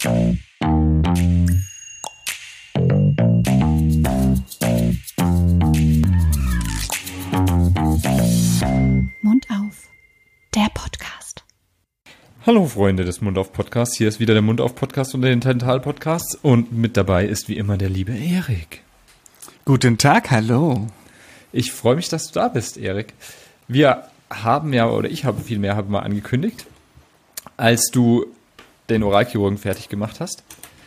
Mund auf, der Podcast. Hallo Freunde des Mund auf Podcasts, hier ist wieder der Mund auf Podcast unter den Tental Podcasts und mit dabei ist wie immer der liebe Erik. Guten Tag, hallo. Ich freue mich, dass du da bist, Erik. Wir haben ja, oder ich habe vielmehr mal angekündigt, als du den Oralchirurgen fertig gemacht hast.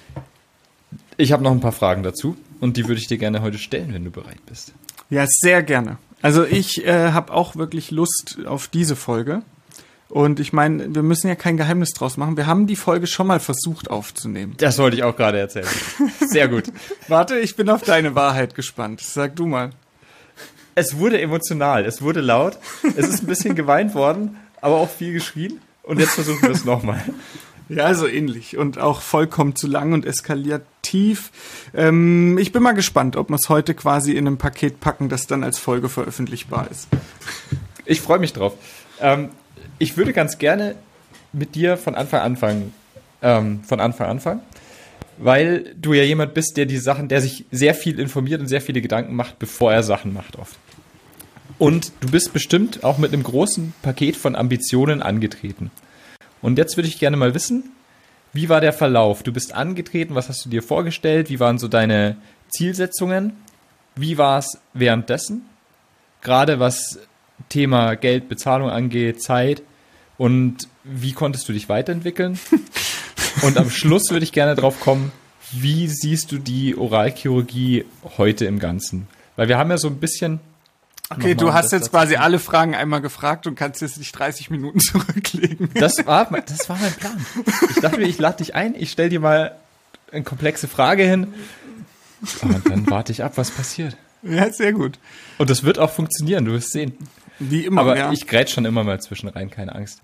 Ich habe noch ein paar Fragen dazu und die würde ich dir gerne heute stellen, wenn du bereit bist. Ja, sehr gerne. Also ich habe auch wirklich Lust auf diese Folge. Und ich meine, wir müssen ja kein Geheimnis draus machen. Wir haben die Folge schon mal versucht aufzunehmen. Das wollte ich auch gerade erzählen. Sehr gut. Warte, ich bin auf deine Wahrheit gespannt. Sag du mal. Es wurde emotional, es wurde laut, es ist ein bisschen geweint worden, aber auch viel geschrien. Und jetzt versuchen wir es nochmal. Ja, so ähnlich. Und auch vollkommen zu lang und eskaliert tief. Ich bin mal gespannt, ob wir es heute quasi in einem Paket packen, das dann als Folge veröffentlichbar ist. Ich freue mich drauf. Ich würde ganz gerne mit dir von Anfang anfangen, weil du ja jemand bist, der sich sehr viel informiert und sehr viele Gedanken macht, bevor er Sachen macht oft. Und du bist bestimmt auch mit einem großen Paket von Ambitionen angetreten. Und jetzt würde ich gerne mal wissen, wie war der Verlauf? Du bist angetreten, was hast du dir vorgestellt? Wie waren so deine Zielsetzungen? Wie war es währenddessen? Gerade was Thema Geld, Bezahlung angeht, Zeit. Und wie konntest du dich weiterentwickeln? Und am Schluss würde ich gerne drauf kommen, wie siehst du die Oralchirurgie heute im Ganzen? Weil wir haben ja so ein bisschen... Okay, du hast jetzt quasi alle Fragen einmal gefragt und kannst jetzt nicht 30 Minuten zurücklegen. Das war mein Plan. Ich dachte mir, ich lade dich ein, ich stelle dir mal eine komplexe Frage hin und dann warte ich ab, was passiert. Ja, sehr gut. Und das wird auch funktionieren, du wirst sehen. Wie immer, aber ja. Ich grätsch schon immer mal zwischen rein, keine Angst.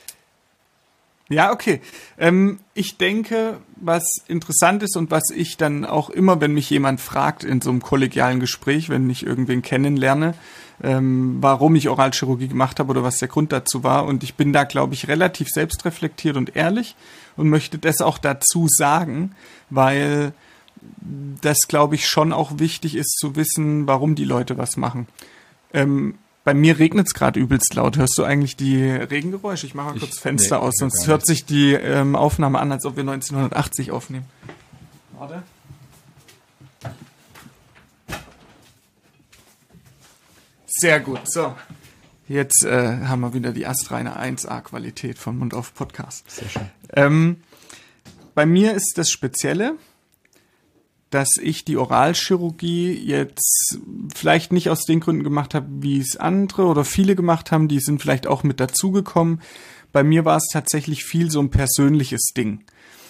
Ja, okay. Ich denke, was interessant ist und was ich dann auch immer, wenn mich jemand fragt in so einem kollegialen Gespräch, wenn ich irgendwen kennenlerne, warum ich Oralchirurgie gemacht habe oder was der Grund dazu war. Und ich bin da, glaube ich, relativ selbstreflektiert und ehrlich und möchte das auch dazu sagen, weil das, glaube ich, schon auch wichtig ist zu wissen, warum die Leute was machen. Bei mir regnet es gerade übelst laut. Hörst du eigentlich die Regengeräusche? Ich mache mal kurz Fenster aus, sonst hört sich die Aufnahme an, als ob wir 1980 aufnehmen. Warte. Sehr gut. So, jetzt haben wir wieder die astreine 1A-Qualität von Mund auf Podcast. Sehr schön. Bei mir ist das Spezielle, dass ich die Oralchirurgie jetzt vielleicht nicht aus den Gründen gemacht habe, wie es andere oder viele gemacht haben, die sind vielleicht auch mit dazugekommen. Bei mir war es tatsächlich viel so ein persönliches Ding.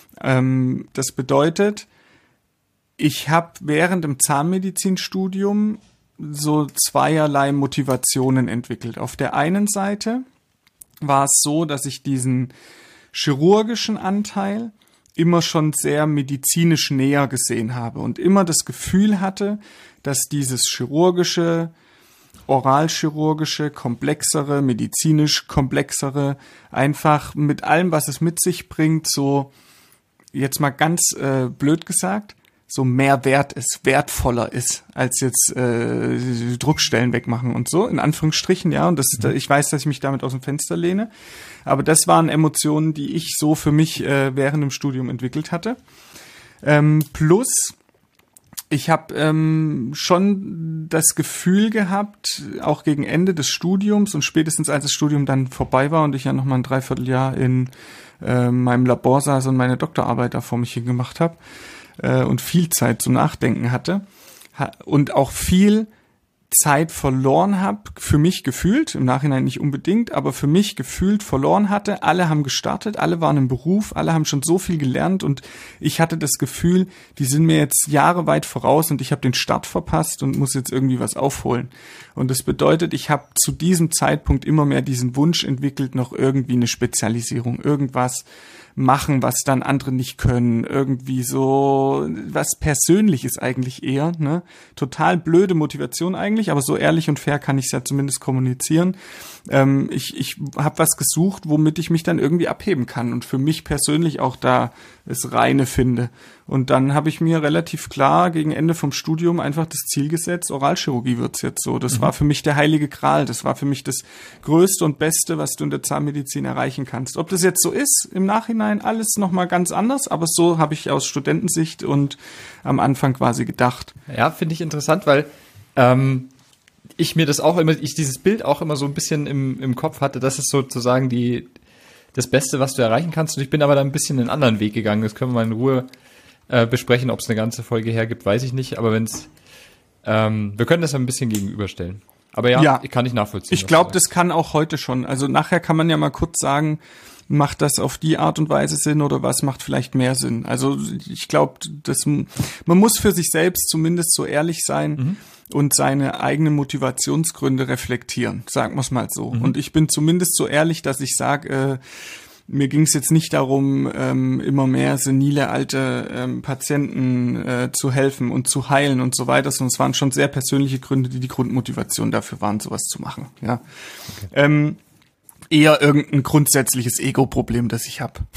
Das bedeutet, ich habe während dem Zahnmedizinstudium so zweierlei Motivationen entwickelt. Auf der einen Seite war es so, dass ich diesen chirurgischen Anteil immer schon sehr medizinisch näher gesehen habe und immer das Gefühl hatte, dass dieses chirurgische, oralchirurgische, komplexere, medizinisch komplexere einfach mit allem, was es mit sich bringt, so jetzt mal ganz blöd gesagt, so mehr wert ist, wertvoller ist, als jetzt Druckstellen wegmachen und so, in Anführungsstrichen, ja. Und das, ich weiß, dass ich mich damit aus dem Fenster lehne. Aber das waren Emotionen, die ich so für mich während dem Studium entwickelt hatte. Plus, ich habe schon das Gefühl gehabt, auch gegen Ende des Studiums und spätestens als das Studium dann vorbei war und ich ja noch mal ein Dreivierteljahr in meinem Labor saß und meine Doktorarbeit da vor mich hingemacht habe, und viel Zeit zum Nachdenken hatte und auch viel Zeit verloren habe, für mich gefühlt, im Nachhinein nicht unbedingt, aber für mich gefühlt verloren hatte. Alle haben gestartet, alle waren im Beruf, alle haben schon so viel gelernt und ich hatte das Gefühl, die sind mir jetzt Jahre weit voraus und ich habe den Start verpasst und muss jetzt irgendwie was aufholen. Und das bedeutet, ich habe zu diesem Zeitpunkt immer mehr diesen Wunsch entwickelt, noch irgendwie eine Spezialisierung, irgendwas machen, was dann andere nicht können, irgendwie so was Persönliches eigentlich eher, ne? Total blöde Motivation eigentlich. eigentlich, aber so ehrlich und fair kann ich es ja zumindest kommunizieren. Ich habe was gesucht, womit ich mich dann irgendwie abheben kann und für mich persönlich auch da das Reine finde. Und dann habe ich mir relativ klar gegen Ende vom Studium einfach das Ziel gesetzt, Oralchirurgie wird's jetzt so. Das war für mich der heilige Gral. Das war für mich das Größte und Beste, was du in der Zahnmedizin erreichen kannst. Ob das jetzt so ist, im Nachhinein alles nochmal ganz anders, aber so habe ich aus Studentensicht und am Anfang quasi gedacht. Ja, finde ich interessant, weil ich dieses Bild auch immer so ein bisschen im Kopf hatte, das ist sozusagen das Beste, was du erreichen kannst. Und ich bin aber da ein bisschen einen anderen Weg gegangen. Das können wir mal in Ruhe besprechen. Ob es eine ganze Folge hergibt, weiß ich nicht. Aber wir können das ein bisschen gegenüberstellen. Aber ja, kann ich nachvollziehen. Ich glaube, das kann auch heute schon. Also nachher kann man ja mal kurz sagen, macht das auf die Art und Weise Sinn oder was macht vielleicht mehr Sinn? Also ich glaube, man muss für sich selbst zumindest so ehrlich sein und seine eigenen Motivationsgründe reflektieren, sagen wir es mal so. Und ich bin zumindest so ehrlich, dass ich sage, mir ging es jetzt nicht darum, immer mehr senile alte Patienten zu helfen und zu heilen und so weiter, sondern es waren schon sehr persönliche Gründe, die Grundmotivation dafür waren, sowas zu machen. Ja. Okay. Eher irgendein grundsätzliches Ego-Problem, das ich habe.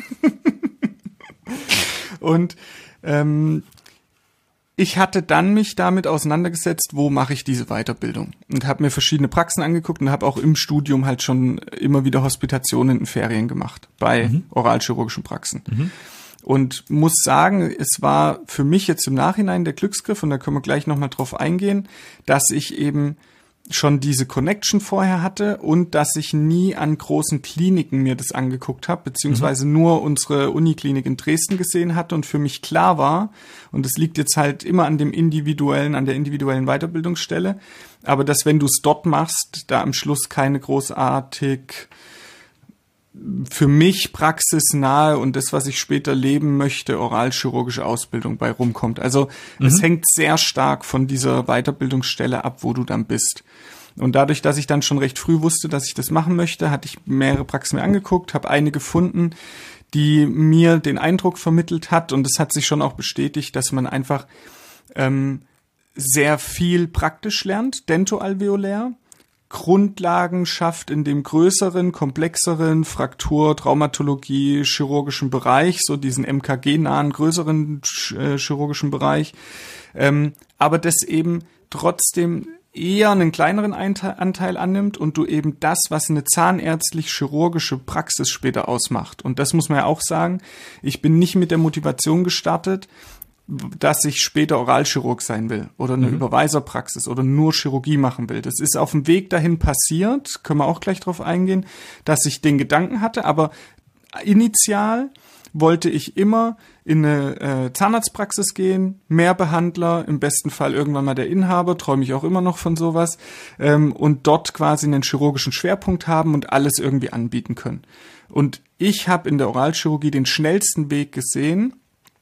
Und ich hatte dann mich damit auseinandergesetzt, wo mache ich diese Weiterbildung und habe mir verschiedene Praxen angeguckt und habe auch im Studium halt schon immer wieder Hospitationen in Ferien gemacht bei oralchirurgischen Praxen. Und muss sagen, es war für mich jetzt im Nachhinein der Glücksgriff, und da können wir gleich nochmal drauf eingehen, dass ich eben schon diese Connection vorher hatte und dass ich nie an großen Kliniken mir das angeguckt habe, beziehungsweise nur unsere Uniklinik in Dresden gesehen hatte und für mich klar war, und das liegt jetzt halt immer an der individuellen Weiterbildungsstelle, aber dass wenn du es dort machst, da am Schluss keine großartig für mich praxisnahe und das, was ich später leben möchte, oralchirurgische Ausbildung bei rumkommt. Also es hängt sehr stark von dieser Weiterbildungsstelle ab, wo du dann bist. Und dadurch, dass ich dann schon recht früh wusste, dass ich das machen möchte, hatte ich mehrere Praxen mir angeguckt, habe eine gefunden, die mir den Eindruck vermittelt hat, und es hat sich schon auch bestätigt, dass man einfach sehr viel praktisch lernt, dentoalveolär, Grundlagen schafft in dem größeren, komplexeren Fraktur-, Traumatologie, chirurgischen Bereich, so diesen MKG-nahen, größeren chirurgischen Bereich, aber das eben trotzdem eher einen kleineren Anteil annimmt und du eben das, was eine zahnärztlich-chirurgische Praxis später ausmacht. Und das muss man ja auch sagen, ich bin nicht mit der Motivation gestartet, dass ich später Oralchirurg sein will oder eine Überweiserpraxis oder nur Chirurgie machen will. Das ist auf dem Weg dahin passiert, können wir auch gleich drauf eingehen, dass ich den Gedanken hatte, aber initial wollte ich immer in eine Zahnarztpraxis gehen, mehr Behandler, im besten Fall irgendwann mal der Inhaber, träume ich auch immer noch von sowas, und dort quasi einen chirurgischen Schwerpunkt haben und alles irgendwie anbieten können. Und ich habe in der Oralchirurgie den schnellsten Weg gesehen,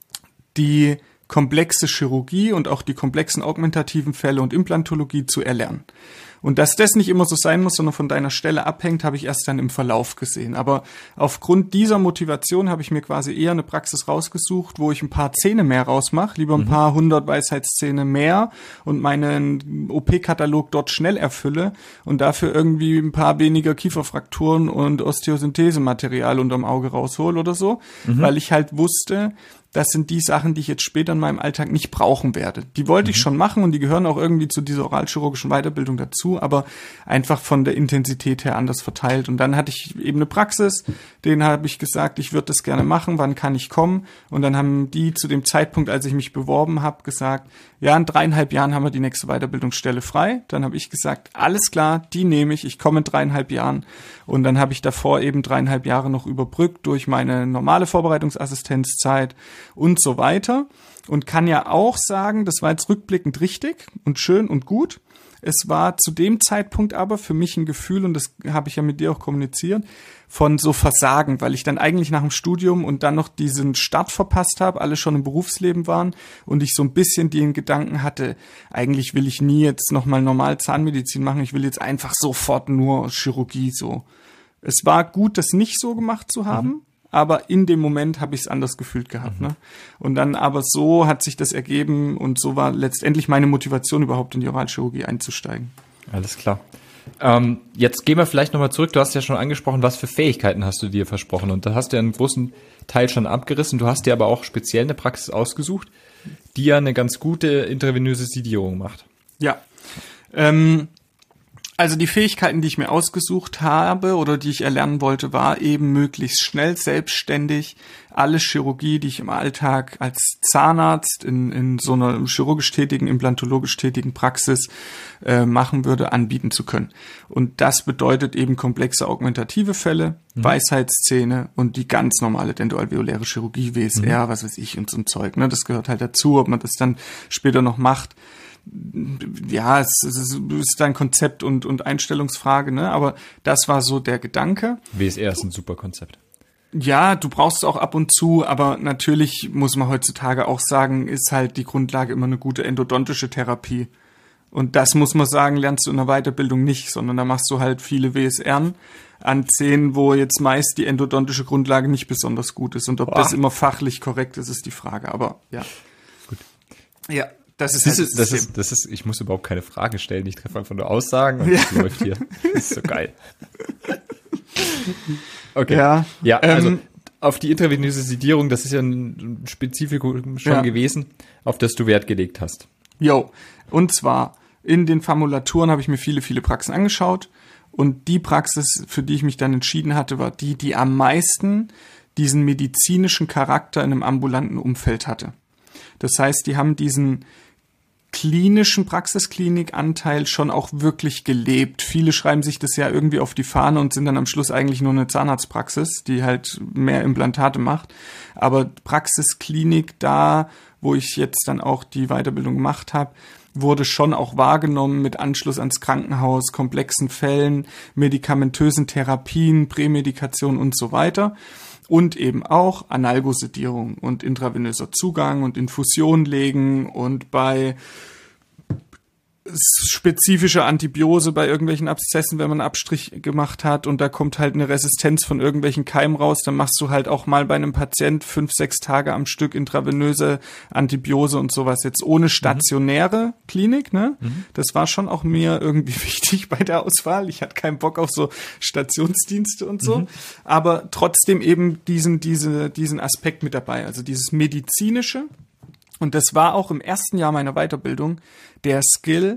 die komplexe Chirurgie und auch die komplexen augmentativen Fälle und Implantologie zu erlernen. Und dass das nicht immer so sein muss, sondern von deiner Stelle abhängt, habe ich erst dann im Verlauf gesehen. Aber aufgrund dieser Motivation habe ich mir quasi eher eine Praxis rausgesucht, wo ich ein paar Zähne mehr rausmache, lieber ein paar 100 Weisheitszähne mehr und meinen OP-Katalog dort schnell erfülle und dafür irgendwie ein paar weniger Kieferfrakturen und Osteosynthesematerial unterm Auge raushole oder so, weil ich halt wusste, das sind die Sachen, die ich jetzt später in meinem Alltag nicht brauchen werde. Die wollte ich schon machen und die gehören auch irgendwie zu dieser oralchirurgischen Weiterbildung dazu, aber einfach von der Intensität her anders verteilt. Und dann hatte ich eben eine Praxis, denen habe ich gesagt, ich würde das gerne machen, wann kann ich kommen? Und dann haben die zu dem Zeitpunkt, als ich mich beworben habe, gesagt, ja, in 3,5 Jahren haben wir die nächste Weiterbildungsstelle frei. Dann habe ich gesagt, alles klar, die nehme ich komme in 3,5 Jahren. Und dann habe ich davor eben 3,5 Jahre noch überbrückt durch meine normale Vorbereitungsassistenzzeit und so weiter. Und kann ja auch sagen, das war jetzt rückblickend richtig und schön und gut. Es war zu dem Zeitpunkt aber für mich ein Gefühl, und das habe ich ja mit dir auch kommuniziert, von so Versagen, weil ich dann eigentlich nach dem Studium und dann noch diesen Start verpasst habe, alle schon im Berufsleben waren und ich so ein bisschen den Gedanken hatte, eigentlich will ich nie jetzt nochmal normal Zahnmedizin machen, ich will jetzt einfach sofort nur Chirurgie so. Es war gut, das nicht so gemacht zu haben, aber in dem Moment habe ich es anders gefühlt gehabt. Ne? Und dann aber so hat sich das ergeben und so war letztendlich meine Motivation, überhaupt in die Oralchirurgie einzusteigen. Alles klar. Jetzt gehen wir vielleicht nochmal zurück. Du hast ja schon angesprochen, was für Fähigkeiten hast du dir versprochen. Und da hast du ja einen großen Teil schon abgerissen. Du hast dir aber auch speziell eine Praxis ausgesucht, die ja eine ganz gute intravenöse Sedierung macht. Ja, also die Fähigkeiten, die ich mir ausgesucht habe oder die ich erlernen wollte, war eben möglichst schnell, selbstständig, alle Chirurgie, die ich im Alltag als Zahnarzt in so einer chirurgisch tätigen, implantologisch tätigen Praxis machen würde, anbieten zu können. Und das bedeutet eben komplexe augmentative Fälle, Weisheitszähne und die ganz normale dentoalveoläre Chirurgie, WSR, was weiß ich und so ein Zeug. Ne? Das gehört halt dazu, ob man das dann später noch macht. Ja, es ist ein Konzept und Einstellungsfrage, ne? Aber das war so der Gedanke. WSR ist ein super Konzept. Ja, du brauchst es auch ab und zu, aber natürlich muss man heutzutage auch sagen, ist halt die Grundlage immer eine gute endodontische Therapie. Und das muss man sagen, lernst du in der Weiterbildung nicht, sondern da machst du halt viele WSRen an Zähnen, wo jetzt meist die endodontische Grundlage nicht besonders gut ist. Und ob das immer fachlich korrekt ist, ist die Frage. Aber ja. Gut. Ja. Das ist ich muss überhaupt keine Frage stellen. Ich treffe einfach nur Aussagen und das läuft hier. Das ist so geil. Okay. Ja, also auf die intravenöse Sedierung, das ist ja ein Spezifikum schon gewesen, auf das du Wert gelegt hast. Jo, und zwar in den Formulaturen habe ich mir viele, viele Praxen angeschaut und die Praxis, für die ich mich dann entschieden hatte, war die am meisten diesen medizinischen Charakter in einem ambulanten Umfeld hatte. Das heißt, die haben diesen klinischen Praxisklinikanteil schon auch wirklich gelebt. Viele schreiben sich das ja irgendwie auf die Fahne und sind dann am Schluss eigentlich nur eine Zahnarztpraxis, die halt mehr Implantate macht. Aber Praxisklinik da, wo ich jetzt dann auch die Weiterbildung gemacht habe, wurde schon auch wahrgenommen mit Anschluss ans Krankenhaus, komplexen Fällen, medikamentösen Therapien, Prämedikation und so weiter. Und eben auch Analgosedierung und intravenöser Zugang und Infusion legen und bei spezifischer Antibiose bei irgendwelchen Abszessen, wenn man einen Abstrich gemacht hat und da kommt halt eine Resistenz von irgendwelchen Keimen raus, dann machst du halt auch mal bei einem Patient 5-6 Tage am Stück intravenöse Antibiose und sowas, jetzt ohne stationäre Klinik, ne? Das war schon auch mir irgendwie wichtig bei der Auswahl. Ich hatte keinen Bock auf so Stationsdienste und so, aber trotzdem eben diesen Aspekt mit dabei, also dieses medizinische. Und das war auch im ersten Jahr meiner Weiterbildung der Skill,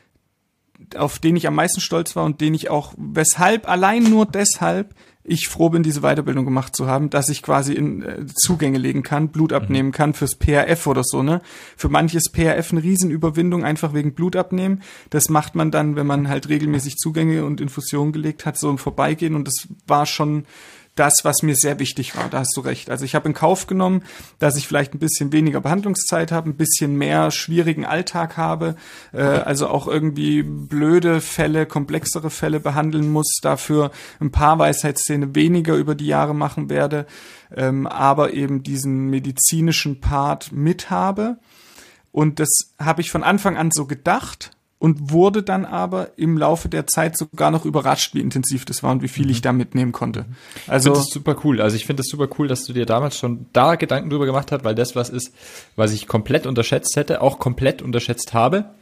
auf den ich am meisten stolz war und den ich auch, allein nur deshalb ich froh bin, diese Weiterbildung gemacht zu haben, dass ich quasi in Zugänge legen kann, Blut abnehmen kann fürs PRF oder so, ne? Für manches PRF eine Riesenüberwindung, einfach wegen Blut abnehmen. Das macht man dann, wenn man halt regelmäßig Zugänge und Infusionen gelegt hat, so im Vorbeigehen und das war schon das, was mir sehr wichtig war, da hast du recht. Also ich habe in Kauf genommen, dass ich vielleicht ein bisschen weniger Behandlungszeit habe, ein bisschen mehr schwierigen Alltag habe, also auch irgendwie blöde Fälle, komplexere Fälle behandeln muss, dafür ein paar Weisheitszähne weniger über die Jahre machen werde, aber eben diesen medizinischen Part mit habe. Und das habe ich von Anfang an so gedacht und wurde dann aber im Laufe der Zeit sogar noch überrascht, wie intensiv das war und wie viel ich da mitnehmen konnte. Also ich finde das super cool. Also ich finde das super cool, dass du dir damals schon da Gedanken drüber gemacht hast, weil das was ist, was ich komplett unterschätzt hätte, auch komplett unterschätzt habe.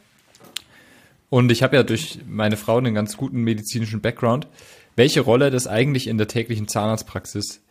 Und ich habe ja durch meine Frau einen ganz guten medizinischen Background, welche Rolle das eigentlich in der täglichen Zahnarztpraxis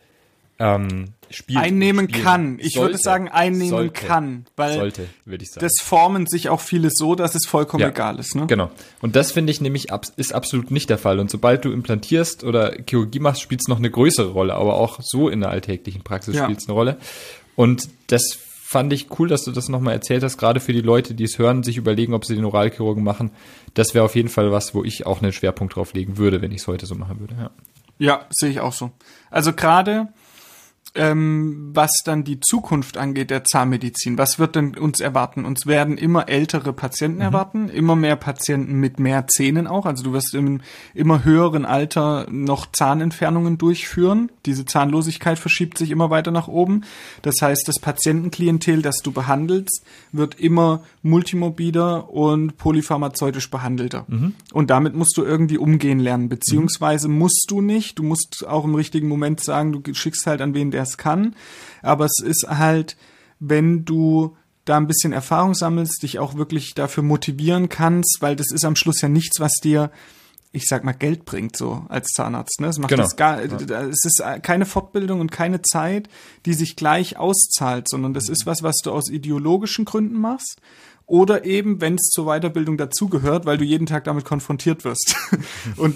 einnehmen kann. Ich würde sagen, kann. Weil würde ich sagen. Das formen sich auch viele so, dass es vollkommen egal ist. Ne? Genau. Und das finde ich nämlich ist absolut nicht der Fall. Und sobald du implantierst oder Chirurgie machst, spielt es noch eine größere Rolle. Aber auch so in der alltäglichen Praxis spielt es eine Rolle. Und das fand ich cool, dass du das nochmal erzählt hast, gerade für die Leute, die es hören, sich überlegen, ob sie den Oralchirurgen machen. Das wäre auf jeden Fall was, wo ich auch einen Schwerpunkt drauf legen würde, wenn ich es heute so machen würde. Ja, sehe ich auch so. Also gerade was dann die Zukunft angeht der Zahnmedizin. Was wird denn uns erwarten? Uns werden immer ältere Patienten erwarten, immer mehr Patienten mit mehr Zähnen auch. Also du wirst im immer höheren Alter noch Zahnentfernungen durchführen. Diese Zahnlosigkeit verschiebt sich immer weiter nach oben. Das heißt, das Patientenklientel, das du behandelst, wird immer multimorbider und polypharmazeutisch behandelter. Und damit musst du irgendwie umgehen lernen, beziehungsweise musst du nicht. Du musst auch im richtigen Moment sagen, du schickst halt an wen der es kann, aber es ist halt, wenn du da ein bisschen Erfahrung sammelst, dich auch wirklich dafür motivieren kannst, weil das ist am Schluss ja nichts, was dir, ich sag mal, Geld bringt, so als Zahnarzt. Ne? Es macht es ist keine Fortbildung und keine Zeit, die sich gleich auszahlt, sondern das ist was du aus ideologischen Gründen machst. Oder eben, wenn es zur Weiterbildung dazugehört, weil du jeden Tag damit konfrontiert wirst. Und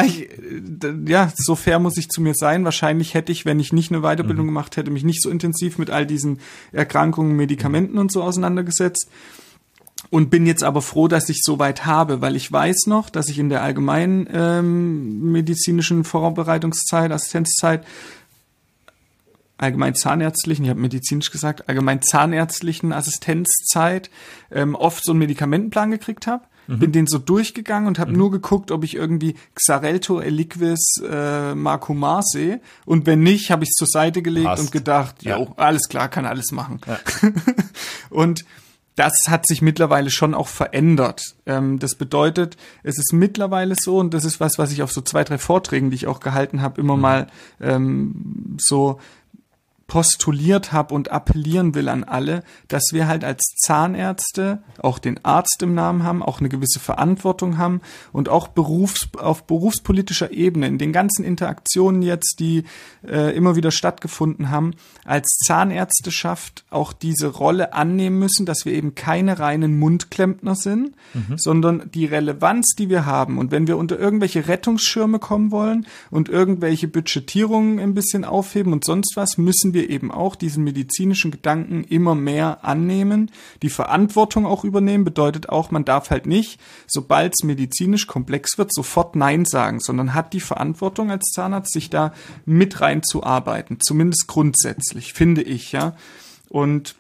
so fair muss ich zu mir sein. Wahrscheinlich hätte ich, wenn ich nicht eine Weiterbildung gemacht hätte, mich nicht so intensiv mit all diesen Erkrankungen, Medikamenten und so auseinandergesetzt. Und bin jetzt aber froh, dass ich so weit habe, weil ich weiß noch, dass ich in der allgemeinen medizinischen Vorbereitungszeit, Assistenzzeit, allgemein zahnärztlichen, ich habe medizinisch gesagt, allgemein zahnärztlichen Assistenzzeit oft so einen Medikamentenplan gekriegt habe. Bin den so durchgegangen und habe nur geguckt, ob ich irgendwie Xarelto, Eliquis, Marcumar sehe. Und wenn nicht, habe ich es zur Seite gelegt und gedacht, alles klar, kann alles machen. Ja. Und das hat sich mittlerweile schon auch verändert. Das bedeutet, es ist mittlerweile so, und das ist was ich auf so 2, 3 Vorträgen, die ich auch gehalten habe, immer mal so postuliert habe und appellieren will an alle, dass wir halt als Zahnärzte auch den Arzt im Namen haben, auch eine gewisse Verantwortung haben und auch auf berufspolitischer Ebene, in den ganzen Interaktionen jetzt, die immer wieder stattgefunden haben, als Zahnärzteschaft auch diese Rolle annehmen müssen, dass wir eben keine reinen Mundklempner sind, sondern die Relevanz, die wir haben. Und wenn wir unter irgendwelche Rettungsschirme kommen wollen und irgendwelche Budgetierungen ein bisschen aufheben und sonst was, müssen wir eben auch diesen medizinischen Gedanken immer mehr annehmen, die Verantwortung auch übernehmen, bedeutet auch, man darf halt nicht, sobald es medizinisch komplex wird, sofort Nein sagen, sondern hat die Verantwortung als Zahnarzt, sich da mit reinzuarbeiten, zumindest grundsätzlich, finde ich, ja. Und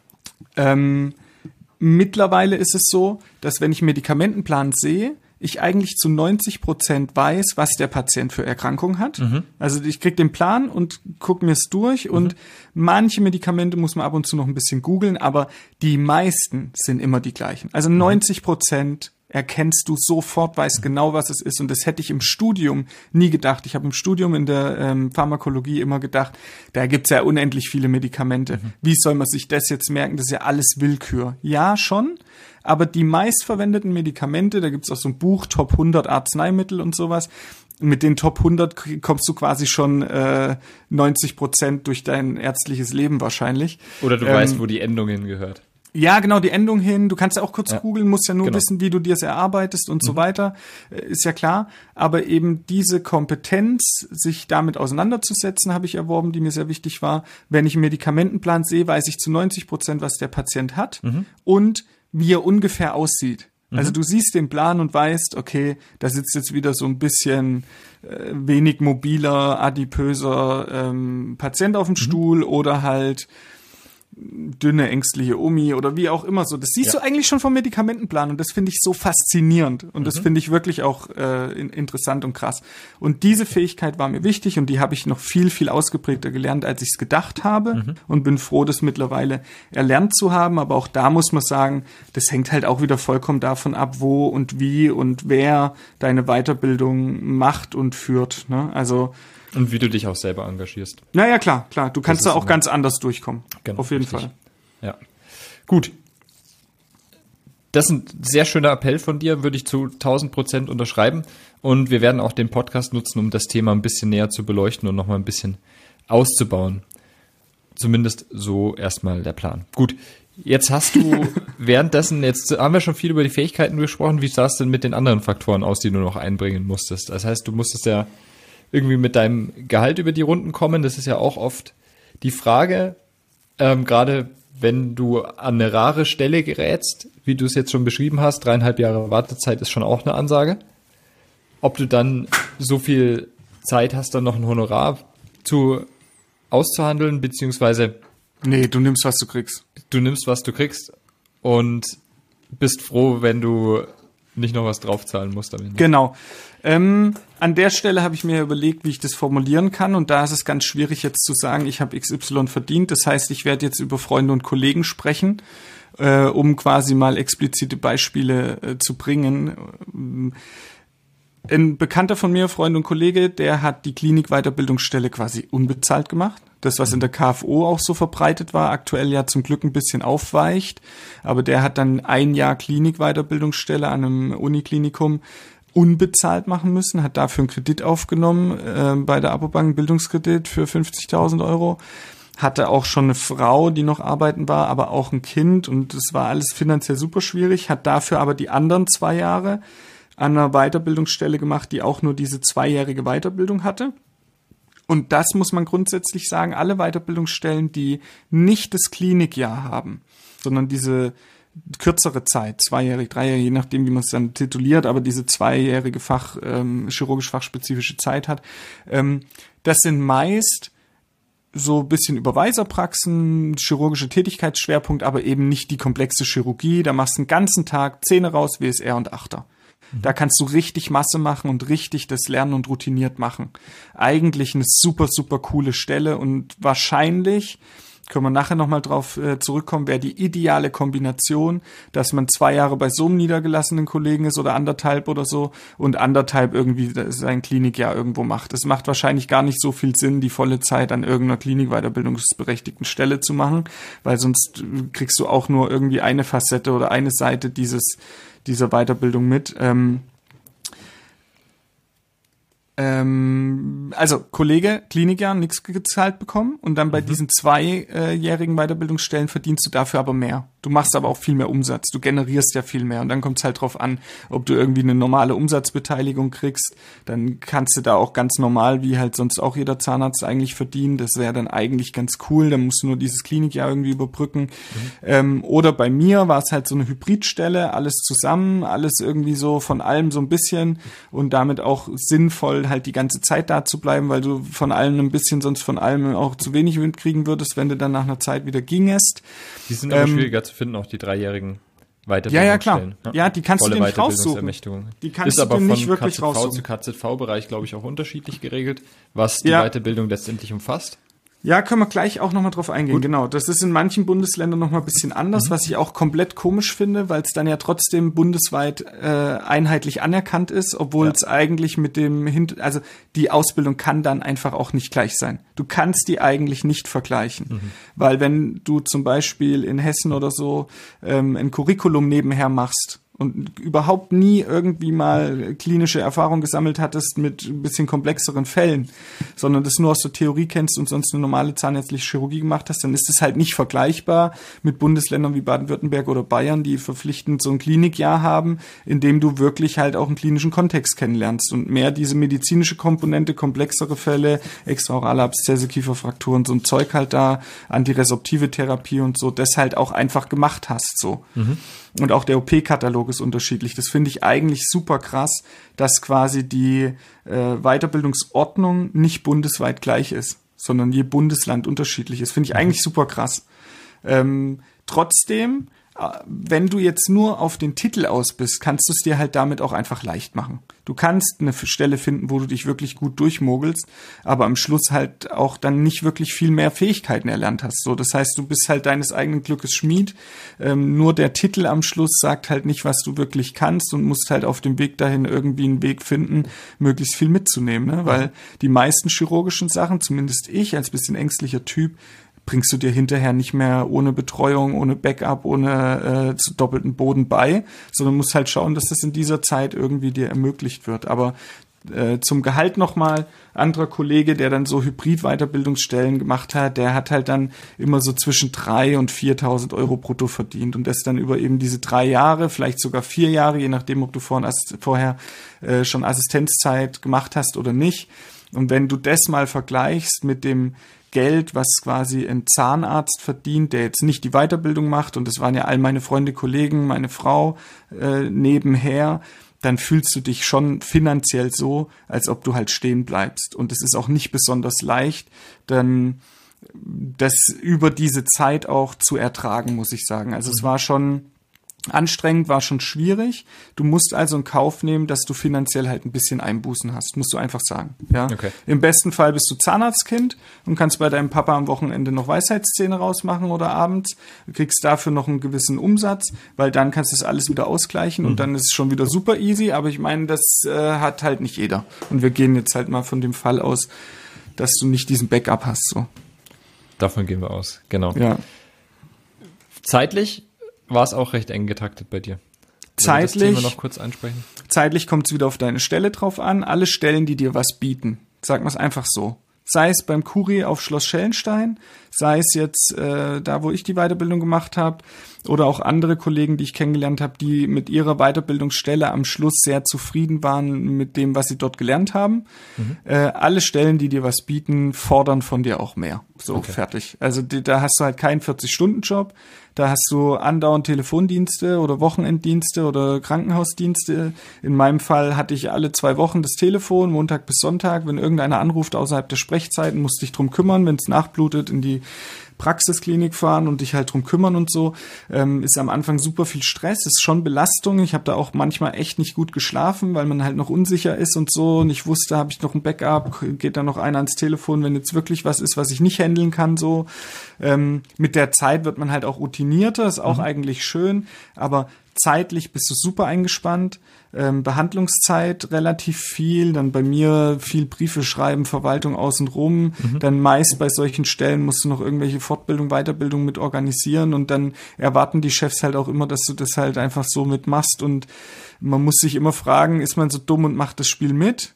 mittlerweile ist es so, dass wenn ich einen Medikamentenplan sehe, ich eigentlich zu 90% weiß, was der Patient für Erkrankungen hat. Also ich krieg den Plan und gucke mir es durch und manche Medikamente muss man ab und zu noch ein bisschen googeln, aber die meisten sind immer die gleichen. Also 90% erkennst du sofort, weißt genau, was es ist. Und das hätte ich im Studium nie gedacht. Ich habe im Studium in der Pharmakologie immer gedacht, da gibt's ja unendlich viele Medikamente. Wie soll man sich das jetzt merken? Das ist ja alles Willkür. Ja, schon. Aber die meistverwendeten Medikamente, da gibt's auch so ein Buch, Top 100 Arzneimittel und sowas. Mit den Top 100 kommst du quasi schon 90% durch dein ärztliches Leben wahrscheinlich. Oder du weißt, wo die Endung hingehört. Ja, genau, die Endung hin. Du kannst ja auch kurz googeln, musst ja nur wissen, wie du dir es erarbeitest und so weiter. Ist ja klar. Aber eben diese Kompetenz, sich damit auseinanderzusetzen, habe ich erworben, die mir sehr wichtig war. Wenn ich einen Medikamentenplan sehe, weiß ich zu 90%, was der Patient hat und wie er ungefähr aussieht. Also du siehst den Plan und weißt, okay, da sitzt jetzt wieder so ein bisschen wenig mobiler, adipöser Patient auf dem Stuhl oder halt dünne, ängstliche Omi oder wie auch immer so. Das siehst du eigentlich schon vom Medikamentenplan und das finde ich so faszinierend und das finde ich wirklich auch interessant und krass. Und diese Fähigkeit war mir wichtig und die habe ich noch viel, viel ausgeprägter gelernt, als ich es gedacht habe und bin froh, das mittlerweile erlernt zu haben. Aber auch da muss man sagen, das hängt halt auch wieder vollkommen davon ab, wo und wie und wer deine Weiterbildung macht und führt. Ne? Also und wie du dich auch selber engagierst. Naja, klar. Du kannst da auch ganz anders durchkommen. Genau, auf jeden Fall. Ja. Gut. Das ist ein sehr schöner Appell von dir, würde ich zu 1000% unterschreiben. Und wir werden auch den Podcast nutzen, um das Thema ein bisschen näher zu beleuchten und nochmal ein bisschen auszubauen. Zumindest so erstmal der Plan. Gut. Jetzt hast du währenddessen, jetzt haben wir schon viel über die Fähigkeiten gesprochen. Wie sah es denn mit den anderen Faktoren aus, die du noch einbringen musstest? Das heißt, du musstest ja irgendwie mit deinem Gehalt über die Runden kommen. Das ist ja auch oft die Frage, gerade wenn du an eine rare Stelle gerätst, wie du es jetzt schon beschrieben hast, 3,5 Jahre Wartezeit ist schon auch eine Ansage. Ob du dann so viel Zeit hast, dann noch ein Honorar zu auszuhandeln, beziehungsweise Nee, du nimmst, was du kriegst. du nimmst, was du kriegst und bist froh, wenn du nicht noch was draufzahlen musst am Ende. Genau. An der Stelle habe ich mir überlegt, wie ich das formulieren kann, und da ist es ganz schwierig jetzt zu sagen, ich habe XY verdient. Das heißt, ich werde jetzt über Freunde und Kollegen sprechen, um quasi mal explizite Beispiele zu bringen. Ein Bekannter von mir, Freund und Kollege, der hat die Klinik-Weiterbildungsstelle quasi unbezahlt gemacht. Das, was in der KFO auch so verbreitet war, aktuell ja zum Glück ein bisschen aufweicht. Aber der hat dann 1 Jahr Klinik-Weiterbildungsstelle an einem Uniklinikum unbezahlt machen müssen, hat dafür einen Kredit aufgenommen bei der Apobank, einen Bildungskredit für 50.000 Euro. Hatte auch schon eine Frau, die noch arbeiten war, aber auch ein Kind, und das war alles finanziell super schwierig, hat dafür aber die anderen 2 Jahre an einer Weiterbildungsstelle gemacht, die auch nur diese 2-jährige Weiterbildung hatte. Und das muss man grundsätzlich sagen, alle Weiterbildungsstellen, die nicht das Klinikjahr haben, sondern diese kürzere Zeit, 2-jährig, 3-jährig, je nachdem, wie man es dann tituliert, aber diese 2-jährige chirurgisch-fachspezifische Zeit hat, das sind meist so ein bisschen Überweiserpraxen, chirurgische Tätigkeitsschwerpunkt, aber eben nicht die komplexe Chirurgie. Da machst du den ganzen Tag Zähne raus, WSR und Achter. Da kannst du richtig Masse machen und richtig das lernen und routiniert machen. Eigentlich eine super, super coole Stelle, und wahrscheinlich, können wir nachher nochmal drauf zurückkommen, wäre die ideale Kombination, dass man 2 Jahre bei so einem niedergelassenen Kollegen ist oder 1,5 oder so und 1,5 irgendwie sein Klinikjahr irgendwo macht. Es macht wahrscheinlich gar nicht so viel Sinn, die volle Zeit an irgendeiner Klinikweiterbildungsberechtigten Stelle zu machen, weil sonst kriegst du auch nur irgendwie eine Facette oder eine Seite dieser Weiterbildung mit. Also Kollege, Klinikjahr, nichts gezahlt bekommen, und dann bei diesen 2-jährigen Weiterbildungsstellen verdienst du dafür aber mehr. Du machst aber auch viel mehr Umsatz, du generierst ja viel mehr, und dann kommt es halt drauf an, ob du irgendwie eine normale Umsatzbeteiligung kriegst, dann kannst du da auch ganz normal, wie halt sonst auch jeder Zahnarzt eigentlich verdienen, das wäre dann eigentlich ganz cool, dann musst du nur dieses Klinikjahr irgendwie überbrücken. Oder bei mir war es halt so eine Hybridstelle, alles zusammen, alles irgendwie so von allem so ein bisschen, und damit auch sinnvoll halt die ganze Zeit da zu bleiben, weil du von allem ein bisschen, sonst von allem auch zu wenig Wind kriegen würdest, wenn du dann nach einer Zeit wieder gingest. Die sind aber schwieriger zu finden, auch die 3-jährigen Weiterbildungsstellen. Ja, klar. Ja, die kannst Volle du dir nicht raussuchen. Die kannst du dir nicht wirklich raussuchen. Ist aber von KZV zu KZV-Bereich, glaube ich, auch unterschiedlich geregelt, was die Weiterbildung letztendlich umfasst. Ja, können wir gleich auch nochmal drauf eingehen. Gut. Genau, das ist in manchen Bundesländern nochmal ein bisschen anders, was ich auch komplett komisch finde, weil es dann ja trotzdem bundesweit einheitlich anerkannt ist, obwohl es eigentlich mit dem also die Ausbildung kann dann einfach auch nicht gleich sein. Du kannst die eigentlich nicht vergleichen, weil wenn du zum Beispiel in Hessen oder so ein Curriculum nebenher machst und überhaupt nie irgendwie mal klinische Erfahrung gesammelt hattest mit ein bisschen komplexeren Fällen, sondern das nur aus der Theorie kennst und sonst eine normale zahnärztliche Chirurgie gemacht hast, dann ist es halt nicht vergleichbar mit Bundesländern wie Baden-Württemberg oder Bayern, die verpflichtend so ein Klinikjahr haben, in dem du wirklich halt auch einen klinischen Kontext kennenlernst und mehr diese medizinische Komponente, komplexere Fälle, extraorale Abszesse, Kieferfrakturen, so ein Zeug halt da, antiresorptive Therapie und so, das halt auch einfach gemacht hast, so. Und auch der OP-Katalog ist unterschiedlich. Das finde ich eigentlich super krass, dass quasi die Weiterbildungsordnung nicht bundesweit gleich ist, sondern je Bundesland unterschiedlich ist. Finde ich eigentlich super krass. Trotzdem, wenn du jetzt nur auf den Titel aus bist, kannst du es dir halt damit auch einfach leicht machen. Du kannst eine Stelle finden, wo du dich wirklich gut durchmogelst, aber am Schluss halt auch dann nicht wirklich viel mehr Fähigkeiten erlernt hast. So, das heißt, du bist halt deines eigenen Glückes Schmied. Nur der Titel am Schluss sagt halt nicht, was du wirklich kannst, und musst halt auf dem Weg dahin irgendwie einen Weg finden, möglichst viel mitzunehmen, ne? Weil die meisten chirurgischen Sachen, zumindest ich als bisschen ängstlicher Typ, bringst du dir hinterher nicht mehr ohne Betreuung, ohne Backup, ohne doppelten Boden bei, sondern musst halt schauen, dass das in dieser Zeit irgendwie dir ermöglicht wird. Aber zum Gehalt nochmal, anderer Kollege, der dann so Hybrid-Weiterbildungsstellen gemacht hat, der hat halt dann immer so zwischen 3.000 und 4.000 Euro brutto verdient, und das dann über eben diese 3 Jahre, vielleicht sogar 4 Jahre, je nachdem, ob du vorher schon Assistenzzeit gemacht hast oder nicht. Und wenn du das mal vergleichst mit dem Geld, was quasi ein Zahnarzt verdient, der jetzt nicht die Weiterbildung macht, und das waren ja all meine Freunde, Kollegen, meine Frau nebenher, dann fühlst du dich schon finanziell so, als ob du halt stehen bleibst. Und es ist auch nicht besonders leicht, dann das über diese Zeit auch zu ertragen, muss ich sagen. Also es war schon anstrengend, war schon schwierig. Du musst also in Kauf nehmen, dass du finanziell halt ein bisschen Einbußen hast, musst du einfach sagen. Ja? Okay. Im besten Fall bist du Zahnarztkind und kannst bei deinem Papa am Wochenende noch Weisheitszähne rausmachen oder abends. Du kriegst dafür noch einen gewissen Umsatz, weil dann kannst du das alles wieder ausgleichen und dann ist es schon wieder super easy. Aber ich meine, das hat halt nicht jeder. Und wir gehen jetzt halt mal von dem Fall aus, dass du nicht diesen Backup hast. So. Davon gehen wir aus, genau. Ja. Zeitlich war es auch recht eng getaktet bei dir. Zeitlich, das Thema noch kurz ansprechen. Zeitlich kommt es wieder auf deine Stelle drauf an. Alle Stellen, die dir was bieten. Sagen wir es einfach so. Sei es beim Kuri auf Schloss Schellenstein, sei es jetzt da, wo ich die Weiterbildung gemacht habe, oder auch andere Kollegen, die ich kennengelernt habe, die mit ihrer Weiterbildungsstelle am Schluss sehr zufrieden waren mit dem, was sie dort gelernt haben. Alle Stellen, die dir was bieten, fordern von dir auch mehr. So, okay. Fertig. Also da hast du halt keinen 40-Stunden-Job, da hast du andauernd Telefondienste oder Wochenenddienste oder Krankenhausdienste. In meinem Fall hatte ich alle 2 Wochen das Telefon, Montag bis Sonntag. Wenn irgendeiner anruft außerhalb der Sprechzeiten, musst dich drum kümmern, wenn es nachblutet, in die Praxisklinik fahren und dich halt drum kümmern und so. Ist am Anfang super viel Stress, ist schon Belastung. Ich habe da auch manchmal echt nicht gut geschlafen, weil man halt noch unsicher ist und so. Und ich wusste, habe ich noch ein Backup, geht da noch einer ans Telefon, wenn jetzt wirklich was ist, was ich nicht handeln kann. So mit der Zeit wird man halt auch routinierter, ist auch eigentlich schön, aber zeitlich bist du super eingespannt. Behandlungszeit relativ viel, dann bei mir viel Briefe schreiben, Verwaltung außenrum, dann meist bei solchen Stellen musst du noch irgendwelche Fortbildung, Weiterbildung mit organisieren und dann erwarten die Chefs halt auch immer, dass du das halt einfach so mitmachst und man muss sich immer fragen, ist man so dumm und macht das Spiel mit?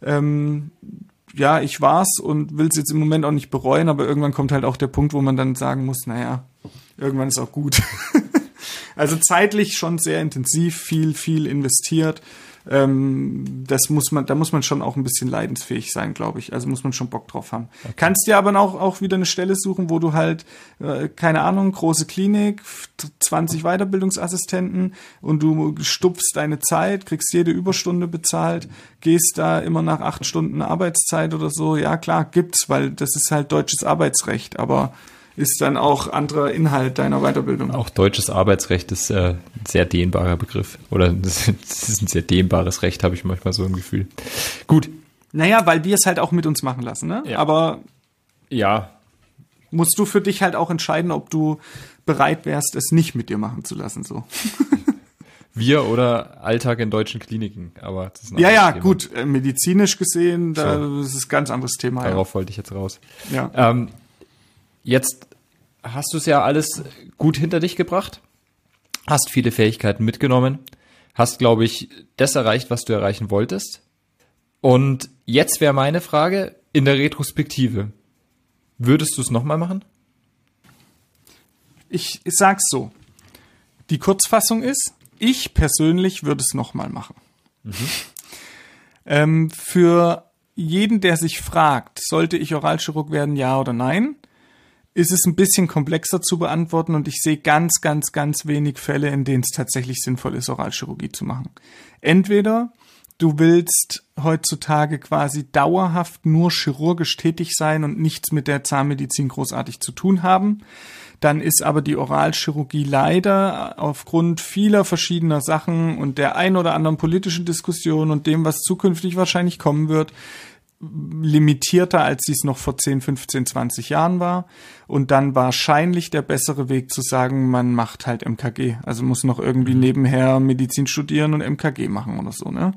Ja, ich war's und will es jetzt im Moment auch nicht bereuen, aber irgendwann kommt halt auch der Punkt, wo man dann sagen muss, naja, irgendwann ist auch gut. Also zeitlich schon sehr intensiv, viel investiert. Da muss man schon auch ein bisschen leidensfähig sein, glaube ich. Also muss man schon Bock drauf haben. Okay. Kannst dir aber auch wieder eine Stelle suchen, wo du halt, keine Ahnung, große Klinik, 20 Weiterbildungsassistenten und du stupfst deine Zeit, kriegst jede Überstunde bezahlt, gehst da immer nach 8 Stunden Arbeitszeit oder so. Ja, klar, gibt's, weil das ist halt deutsches Arbeitsrecht, aber ist dann auch anderer Inhalt deiner Weiterbildung. Auch deutsches Arbeitsrecht ist ein sehr dehnbarer Begriff. Oder das ist ein sehr dehnbares Recht, habe ich manchmal so ein Gefühl. Gut. Naja, weil wir es halt auch mit uns machen lassen, ne? Ja. Aber ja, musst du für dich halt auch entscheiden, ob du bereit wärst, es nicht mit dir machen zu lassen. So. Wir oder Alltag in deutschen Kliniken. Aber das ist ein ja, Thema. Gut. Medizinisch gesehen, das ist ein ganz anderes Thema. Darauf wollte ich jetzt raus. Ja. Jetzt hast du es ja alles gut hinter dich gebracht, hast viele Fähigkeiten mitgenommen, hast, glaube ich, das erreicht, was du erreichen wolltest. Und jetzt wäre meine Frage, in der Retrospektive, würdest du es nochmal machen? Ich sag's so. Die Kurzfassung ist, ich persönlich würde es nochmal machen. Für jeden, der sich fragt, sollte ich Oralchirurg werden, ja oder nein, ist es ein bisschen komplexer zu beantworten und ich sehe ganz wenig Fälle, in denen es tatsächlich sinnvoll ist, Oralchirurgie zu machen. Entweder du willst heutzutage quasi dauerhaft nur chirurgisch tätig sein und nichts mit der Zahnmedizin großartig zu tun haben. Dann ist aber die Oralchirurgie leider aufgrund vieler verschiedener Sachen und der ein oder anderen politischen Diskussion und dem, was zukünftig wahrscheinlich kommen wird, limitierter, als sie es noch vor 10, 15, 20 Jahren war. Und dann wahrscheinlich der bessere Weg zu sagen, man macht halt MKG. Also muss noch irgendwie nebenher Medizin studieren und MKG machen oder so, ne?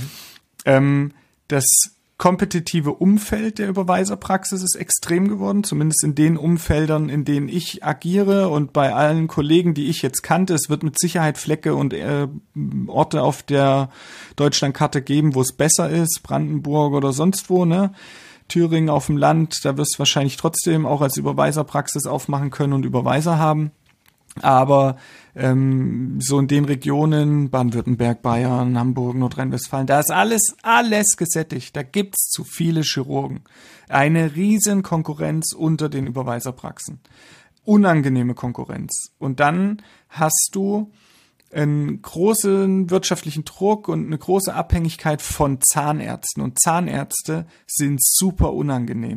Das kompetitive Umfeld der Überweiserpraxis ist extrem geworden, zumindest in den Umfeldern, in denen ich agiere und bei allen Kollegen, die ich jetzt kannte. Es wird mit Sicherheit Flecke und Orte auf der Deutschlandkarte geben, wo es besser ist, Brandenburg oder sonst wo, ne? Thüringen auf dem Land, da wirst du wahrscheinlich trotzdem auch als Überweiserpraxis aufmachen können und Überweiser haben. Aber so in den Regionen, Baden-Württemberg, Bayern, Hamburg, Nordrhein-Westfalen, da ist alles gesättigt. Da gibt's zu viele Chirurgen. Eine riesen Konkurrenz unter den Überweiserpraxen. Unangenehme Konkurrenz. Und dann hast du einen großen wirtschaftlichen Druck und eine große Abhängigkeit von Zahnärzten. Und Zahnärzte sind super unangenehm.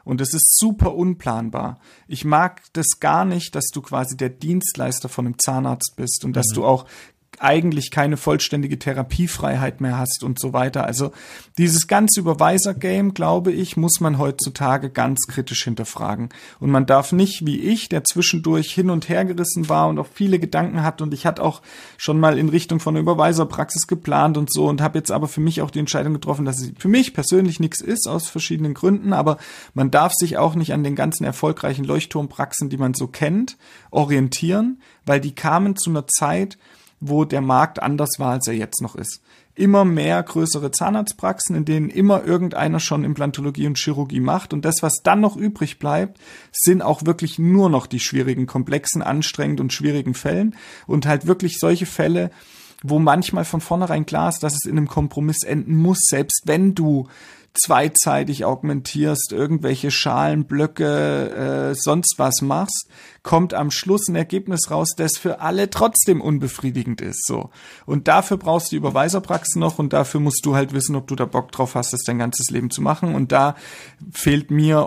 Und es ist super unplanbar. Ich mag das gar nicht, dass du quasi der Dienstleister von einem Zahnarzt bist und dass du auch eigentlich keine vollständige Therapiefreiheit mehr hast und so weiter. Also dieses ganze Überweiser-Game, glaube ich, muss man heutzutage ganz kritisch hinterfragen. Und man darf nicht, wie ich, der zwischendurch hin und her gerissen war und auch viele Gedanken hat, und ich hatte auch schon mal in Richtung von einer Überweiserpraxis geplant und so, und habe jetzt aber für mich auch die Entscheidung getroffen, dass es für mich persönlich nichts ist, aus verschiedenen Gründen, aber man darf sich auch nicht an den ganzen erfolgreichen Leuchtturmpraxen, die man so kennt, orientieren, weil die kamen zu einer Zeit, wo der Markt anders war, als er jetzt noch ist. Immer mehr größere Zahnarztpraxen, in denen immer irgendeiner schon Implantologie und Chirurgie macht. Und das, was dann noch übrig bleibt, sind auch wirklich nur noch die schwierigen, komplexen, anstrengenden und schwierigen Fällen. Und halt wirklich solche Fälle, wo manchmal von vornherein klar ist, dass es in einem Kompromiss enden muss, selbst wenn du zweizeitig augmentierst, irgendwelche Schalenblöcke, sonst was machst, kommt am Schluss ein Ergebnis raus, das für alle trotzdem unbefriedigend ist, so. Und dafür brauchst du die Überweiserpraxis noch, und dafür musst du halt wissen, ob du da Bock drauf hast, das dein ganzes Leben zu machen. Und da fehlt mir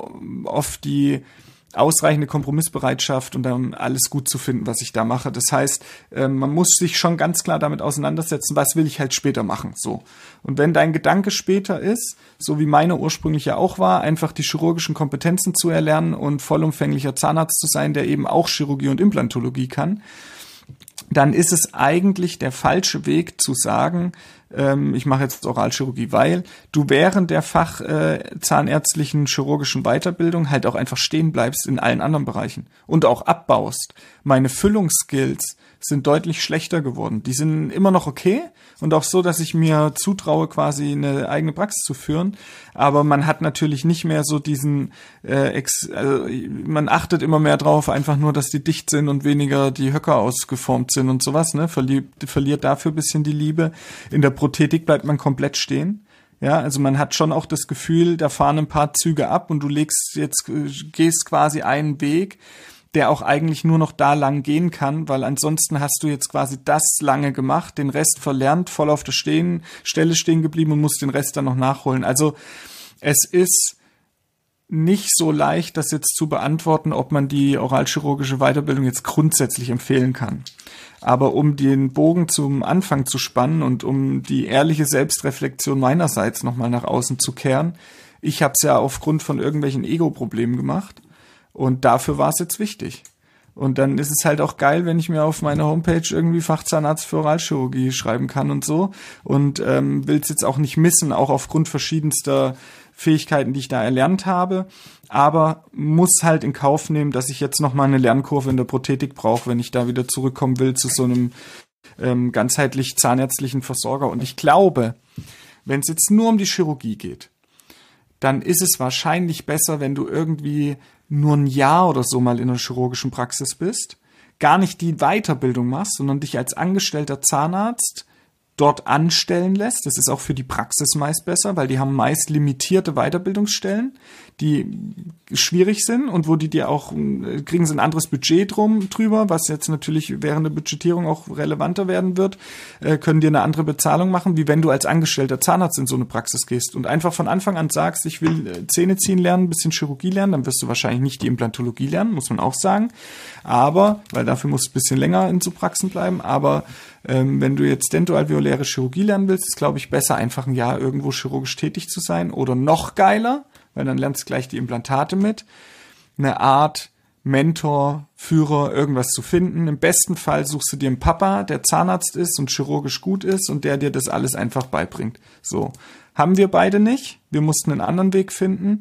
oft die ausreichende Kompromissbereitschaft und dann alles gut zu finden, was ich da mache. Das heißt, man muss sich schon ganz klar damit auseinandersetzen, was will ich halt später machen, so. Und wenn dein Gedanke später ist, so wie meine ursprünglich ja auch war, einfach die chirurgischen Kompetenzen zu erlernen und vollumfänglicher Zahnarzt zu sein, der eben auch Chirurgie und Implantologie kann, dann ist es eigentlich der falsche Weg zu sagen, ich mache jetzt Oralchirurgie, weil du während der zahnärztlichen chirurgischen Weiterbildung halt auch einfach stehen bleibst in allen anderen Bereichen und auch abbaust. Meine Füllungsskills sind deutlich schlechter geworden. Die sind immer noch okay und auch so, dass ich mir zutraue, quasi eine eigene Praxis zu führen. Aber man hat natürlich nicht mehr so diesen, man achtet immer mehr drauf, einfach nur, dass die dicht sind und weniger die Höcker ausgeformt sind und sowas, ne? Verliert dafür ein bisschen die Liebe. In der Prothetik bleibt man komplett stehen. Ja, also man hat schon auch das Gefühl, da fahren ein paar Züge ab und du gehst quasi einen Weg, der auch eigentlich nur noch da lang gehen kann, weil ansonsten hast du jetzt quasi das lange gemacht, den Rest verlernt, voll auf der Stelle stehen geblieben und musst den Rest dann noch nachholen. Also es ist nicht so leicht, das jetzt zu beantworten, ob man die oralchirurgische Weiterbildung jetzt grundsätzlich empfehlen kann. Aber um den Bogen zum Anfang zu spannen und um die ehrliche Selbstreflexion meinerseits nochmal nach außen zu kehren, ich habe es ja aufgrund von irgendwelchen Ego-Problemen gemacht. Und dafür war es jetzt wichtig. Und dann ist es halt auch geil, wenn ich mir auf meiner Homepage irgendwie Fachzahnarzt für Oralchirurgie schreiben kann und so. Und will es jetzt auch nicht missen, auch aufgrund verschiedenster Fähigkeiten, die ich da erlernt habe. Aber muss halt in Kauf nehmen, dass ich jetzt nochmal eine Lernkurve in der Prothetik brauche, wenn ich da wieder zurückkommen will zu so einem ganzheitlich zahnärztlichen Versorger. Und ich glaube, wenn es jetzt nur um die Chirurgie geht, dann ist es wahrscheinlich besser, wenn du irgendwie nur ein Jahr oder so mal in einer chirurgischen Praxis bist, gar nicht die Weiterbildung machst, sondern dich als angestellter Zahnarzt dort anstellen lässt. Das ist auch für die Praxis meist besser, weil die haben meist limitierte Weiterbildungsstellen, die schwierig sind und wo die dir auch, kriegen sie ein anderes Budget drüber, was jetzt natürlich während der Budgetierung auch relevanter werden wird, können dir eine andere Bezahlung machen, wie wenn du als angestellter Zahnarzt in so eine Praxis gehst und einfach von Anfang an sagst, ich will Zähne ziehen lernen, ein bisschen Chirurgie lernen, dann wirst du wahrscheinlich nicht die Implantologie lernen, muss man auch sagen, aber, weil dafür musst du ein bisschen länger in so Praxen bleiben, aber wenn du jetzt dentoalveoläre Chirurgie lernen willst, ist, glaube ich, besser, einfach ein Jahr irgendwo chirurgisch tätig zu sein oder noch geiler, weil dann lernst du gleich die Implantate mit, eine Art Mentor, Führer, irgendwas zu finden. Im besten Fall suchst du dir einen Papa, der Zahnarzt ist und chirurgisch gut ist und der dir das alles einfach beibringt. So, haben wir beide nicht. Wir mussten einen anderen Weg finden.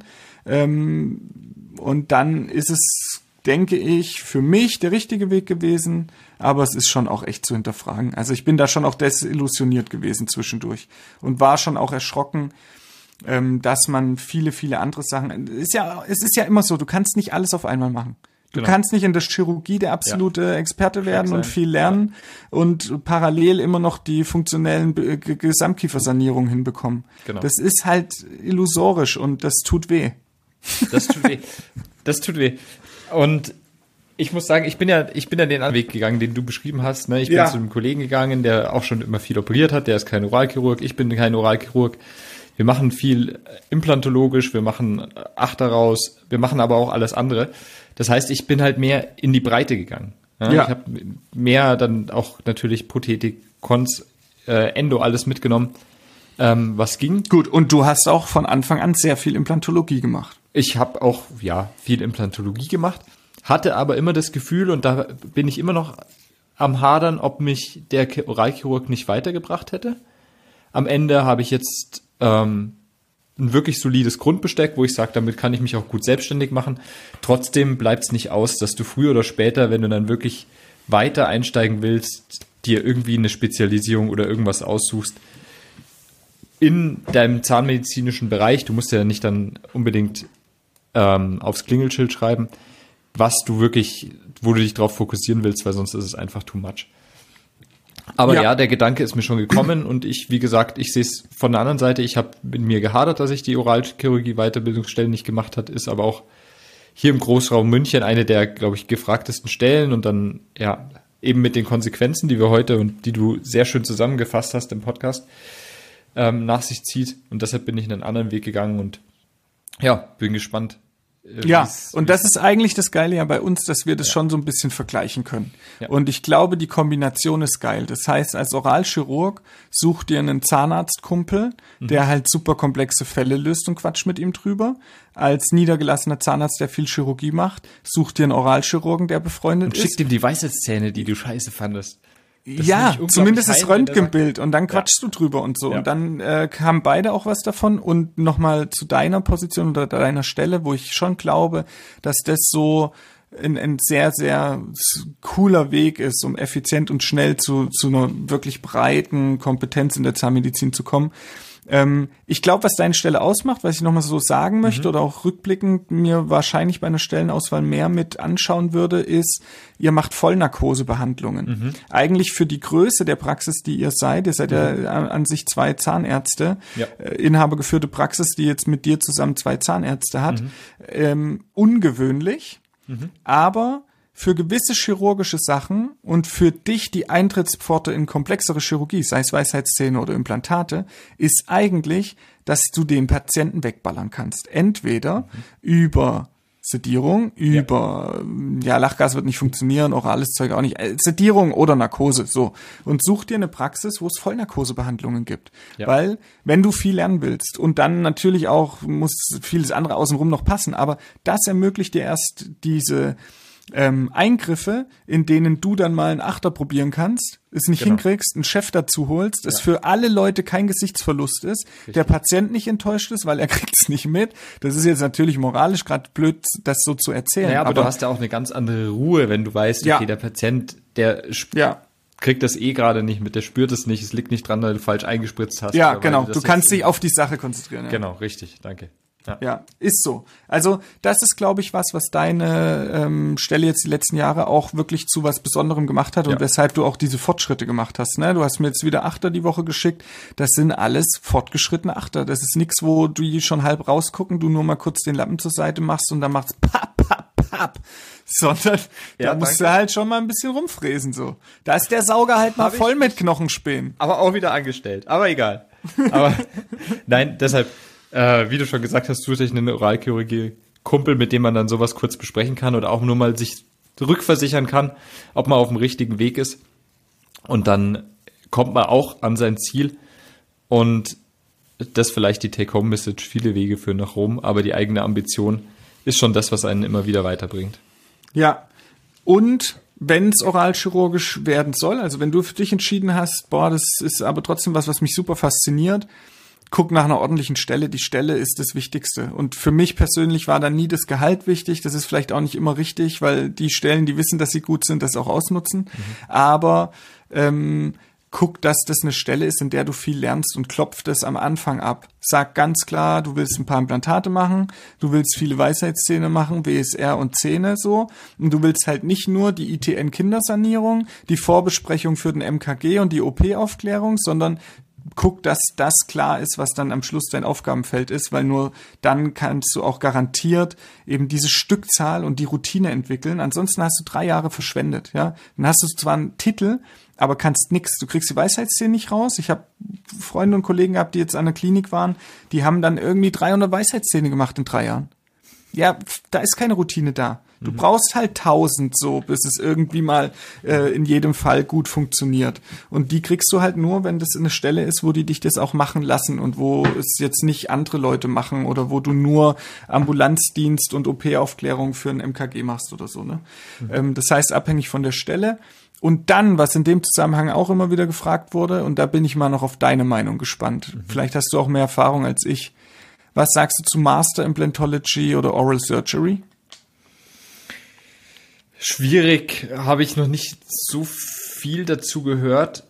Und dann ist es, denke ich, für mich der richtige Weg gewesen, aber es ist schon auch echt zu hinterfragen. Also ich bin da schon auch desillusioniert gewesen zwischendurch und war schon auch erschrocken, dass man viele, viele andere Sachen, es ist ja immer so, du kannst nicht alles auf einmal machen. Du kannst nicht in der Chirurgie der absolute Experte werden und viel lernen und parallel immer noch die funktionellen Gesamtkiefersanierungen hinbekommen. Genau. Das ist halt illusorisch und das tut weh. Das tut weh. Das tut weh. Und ich muss sagen, ich bin ja den Weg gegangen, den du beschrieben hast. Ne? Ich bin zu einem Kollegen gegangen, der auch schon immer viel operiert hat. Der ist kein Oralchirurg. Ich bin kein Oralchirurg. Wir machen viel implantologisch, wir machen Achter raus, wir machen aber auch alles andere. Das heißt, ich bin halt mehr in die Breite gegangen. Ja? Ich habe mehr dann auch natürlich Prothetik, Cons, Endo alles mitgenommen, was ging. Gut, und du hast auch von Anfang an sehr viel Implantologie gemacht. Ich habe auch, viel Implantologie gemacht, hatte aber immer das Gefühl, und da bin ich immer noch am Hadern, ob mich der Oralchirurg nicht weitergebracht hätte. Am Ende habe ich jetzt ein wirklich solides Grundbesteck, wo ich sage, damit kann ich mich auch gut selbstständig machen. Trotzdem bleibt es nicht aus, dass du früher oder später, wenn du dann wirklich weiter einsteigen willst, dir irgendwie eine Spezialisierung oder irgendwas aussuchst in deinem zahnmedizinischen Bereich. Du musst ja nicht dann unbedingt aufs Klingelschild schreiben, was du wirklich, wo du dich drauf fokussieren willst, weil sonst ist es einfach too much. Aber ja, der Gedanke ist mir schon gekommen und ich, wie gesagt, ich sehe es von der anderen Seite. Ich habe mit mir gehadert, dass ich die Oralchirurgie-Weiterbildungsstellen nicht gemacht habe, ist aber auch hier im Großraum München eine der, glaube ich, gefragtesten Stellen und dann, eben mit den Konsequenzen, die wir heute und die du sehr schön zusammengefasst hast im Podcast, nach sich zieht. Und deshalb bin ich einen anderen Weg gegangen und bin gespannt. Und das ist eigentlich das Geile ja bei uns, dass wir das schon so ein bisschen vergleichen können. Ja. Und ich glaube, die Kombination ist geil. Das heißt, als Oralchirurg such dir einen Zahnarztkumpel, der halt super komplexe Fälle löst und quatscht mit ihm drüber. Als niedergelassener Zahnarzt, der viel Chirurgie macht, such dir einen Oralchirurgen, der befreundet ist. Und schickt ihm die Weisheitszähne, die du scheiße fandest. Das zumindest das Röntgenbild und dann quatschst du drüber und so. Ja. Und dann haben beide auch was davon. Und nochmal zu deiner Position oder deiner Stelle, wo ich schon glaube, dass das so ein sehr, sehr cooler Weg ist, um effizient und schnell zu einer wirklich breiten Kompetenz in der Zahnmedizin zu kommen. Ich glaube, was deine Stelle ausmacht, was ich nochmal so sagen möchte oder auch rückblickend mir wahrscheinlich bei einer Stellenauswahl mehr mit anschauen würde, ist, ihr macht Vollnarkosebehandlungen. Eigentlich für die Größe der Praxis, die ihr seid ja an sich 2 Zahnärzte, inhabergeführte Praxis, die jetzt mit dir zusammen 2 Zahnärzte hat, ungewöhnlich, aber für gewisse chirurgische Sachen und für dich die Eintrittspforte in komplexere Chirurgie, sei es Weisheitszähne oder Implantate, ist eigentlich, dass du den Patienten wegballern kannst. Entweder über Sedierung, über Lachgas wird nicht funktionieren, orales Zeug auch nicht, Sedierung oder Narkose, so. Und such dir eine Praxis, wo es Vollnarkosebehandlungen gibt. Ja. Weil, wenn du viel lernen willst und dann natürlich auch muss vieles andere außenrum noch passen, aber das ermöglicht dir erst diese Eingriffe, in denen du dann mal einen Achter probieren kannst, es nicht hinkriegst, einen Chef dazu holst, es für alle Leute kein Gesichtsverlust ist, der Patient nicht enttäuscht ist, weil er kriegt es nicht mit. Das ist jetzt natürlich moralisch gerade blöd, das so zu erzählen. Naja, aber du hast ja auch eine ganz andere Ruhe, wenn du weißt, okay, der Patient, der kriegt das gerade nicht mit, der spürt es nicht, es liegt nicht dran, weil du falsch eingespritzt hast. Ja, genau, du kannst dich auf die Sache konzentrieren. Ja. Genau, richtig, danke. Ja, ist so. Also das ist, glaube ich, was deine Stelle jetzt die letzten Jahre auch wirklich zu was Besonderem gemacht hat und weshalb du auch diese Fortschritte gemacht hast. Ne? Du hast mir jetzt wieder Achter die Woche geschickt. Das sind alles fortgeschrittene Achter. Das ist nichts, wo du die schon halb rausgucken, du nur mal kurz den Lappen zur Seite machst und dann machst papp, papp, papp. Sondern da musst du halt schon mal ein bisschen rumfräsen so. Da ist der Sauger halt mal voll mit Knochenspänen. Aber auch wieder angestellt. Aber egal. Aber nein, deshalb wie du schon gesagt hast, zusätzlich einen Oralchirurgie-Kumpel, mit dem man dann sowas kurz besprechen kann oder auch nur mal sich rückversichern kann, ob man auf dem richtigen Weg ist. Und dann kommt man auch an sein Ziel. Und das vielleicht die Take-Home-Message, viele Wege führen nach Rom, aber die eigene Ambition ist schon das, was einen immer wieder weiterbringt. Ja, und wenn es oralchirurgisch werden soll, also wenn du für dich entschieden hast, das ist aber trotzdem was mich super fasziniert, guck nach einer ordentlichen Stelle. Die Stelle ist das Wichtigste. Und für mich persönlich war dann nie das Gehalt wichtig. Das ist vielleicht auch nicht immer richtig, weil die Stellen, die wissen, dass sie gut sind, das auch ausnutzen. Aber guck, dass das eine Stelle ist, in der du viel lernst und klopf das am Anfang ab. Sag ganz klar, du willst ein paar Implantate machen, du willst viele Weisheitszähne machen, WSR und Zähne so. Und du willst halt nicht nur die ITN-Kindersanierung, die Vorbesprechung für den MKG und die OP-Aufklärung, sondern guck, dass das klar ist, was dann am Schluss dein Aufgabenfeld ist, weil nur dann kannst du auch garantiert eben diese Stückzahl und die Routine entwickeln. Ansonsten hast du 3 Jahre verschwendet, ja. Dann hast du zwar einen Titel, aber kannst nix. Du kriegst die Weisheitszähne nicht raus. Ich habe Freunde und Kollegen gehabt, die jetzt an der Klinik waren, die haben dann irgendwie 300 Weisheitszähne gemacht in 3 Jahren. Ja, da ist keine Routine da. Du brauchst halt 1000 so, bis es irgendwie mal in jedem Fall gut funktioniert. Und die kriegst du halt nur, wenn das eine Stelle ist, wo die dich das auch machen lassen und wo es jetzt nicht andere Leute machen oder wo du nur Ambulanzdienst und OP-Aufklärung für ein MKG machst oder so, ne? Das heißt, abhängig von der Stelle. Und dann, was in dem Zusammenhang auch immer wieder gefragt wurde, und da bin ich mal noch auf deine Meinung gespannt. Vielleicht hast du auch mehr Erfahrung als ich. Was sagst du zu Master Implantology oder Oral Surgery? Schwierig, habe ich noch nicht so viel dazu gehört.